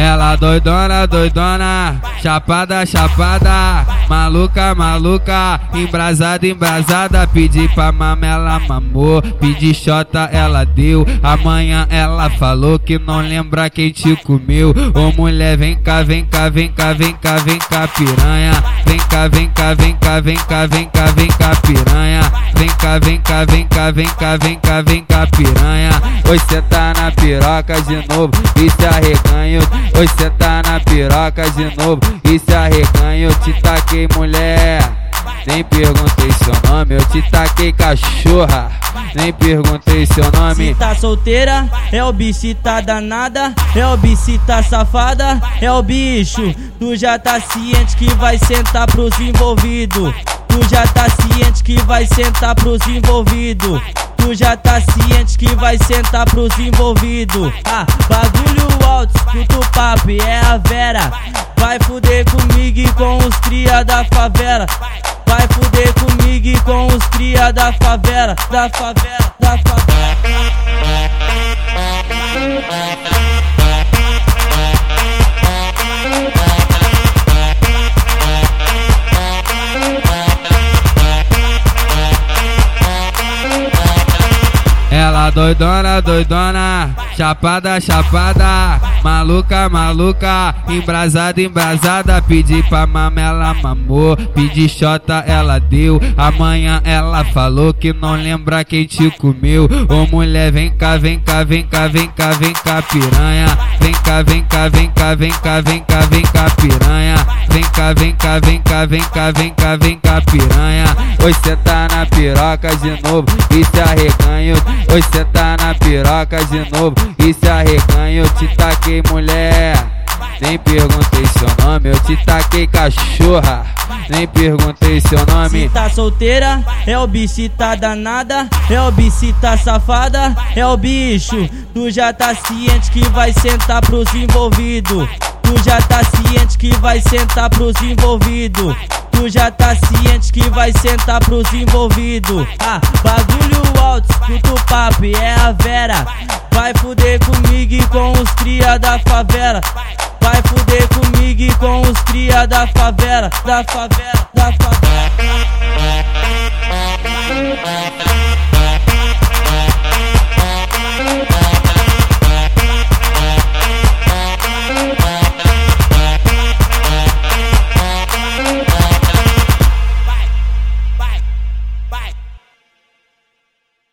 Ela doidona, doidona, chapada, chapada, maluca, maluca, embrasada, embrasada. Pedi pra mamar, ela mamou, pedi xota, ela deu. Amanhã ela falou que não lembra quem te comeu. Ô mulher, vem cá, vem cá, vem cá, vem cá, vem cá, piranha. Vem cá, vem cá, vem cá, vem cá, vem cá, vem cá, piranha. Vem cá, vem cá, vem cá, vem cá, vem cá, vem cá, piranha. Hoje cê tá na piroca de novo e se arreganho. Hoje cê tá na piroca de novo e se arreganho. Eu te taquei, mulher, nem perguntei seu nome. Eu te taquei, cachorra, nem perguntei seu nome. Se tá solteira, é o bicho, tá danada, é o bicho, tá safada, é o bicho. Tu já tá ciente que vai sentar pros envolvidos. Tu já tá ciente que vai sentar pros envolvidos. Tu já tá ciente que vai sentar pros envolvidos. Ah, bagulho alto, escuta o papo, é a Vera. Vai fuder comigo e com os cria da favela. Vai fuder comigo e com os cria da favela. Da favela, da favela. Ela doidona, doidona, chapada, chapada, maluca, maluca, embrasada, embrasada. Pedi pra mamar, ela mamou, pedi xota, ela deu. Amanhã ela falou que não lembra quem te comeu. Ô mulher, vem cá, vem cá, vem cá, vem cá, vem cá, piranha. Vem cá, vem cá, vem cá, vem cá, vem cá, vem cá, piranha. Vem cá, vem cá, vem cá, vem cá, vem cá, vem cá, piranha. Hoje cê tá na piroca de novo e se arreganho. Hoje cê tá na piroca de novo e se arreganho. Eu te taquei, mulher, nem perguntei seu nome. Eu te taquei, cachorra, nem perguntei seu nome. Se tá solteira, é o bicho, tá danada, é o bicho, tá safada, é o bicho. Tu já tá ciente que vai sentar pros envolvidos. Tu já tá ciente que vai sentar pros envolvidos. Tu já tá ciente que vai sentar pros envolvidos. Ah, bagulho alto, escuta o papo, é a Vera. Vai fuder comigo e com os cria da favela. Vai fuder comigo e com os cria da favela. Da favela.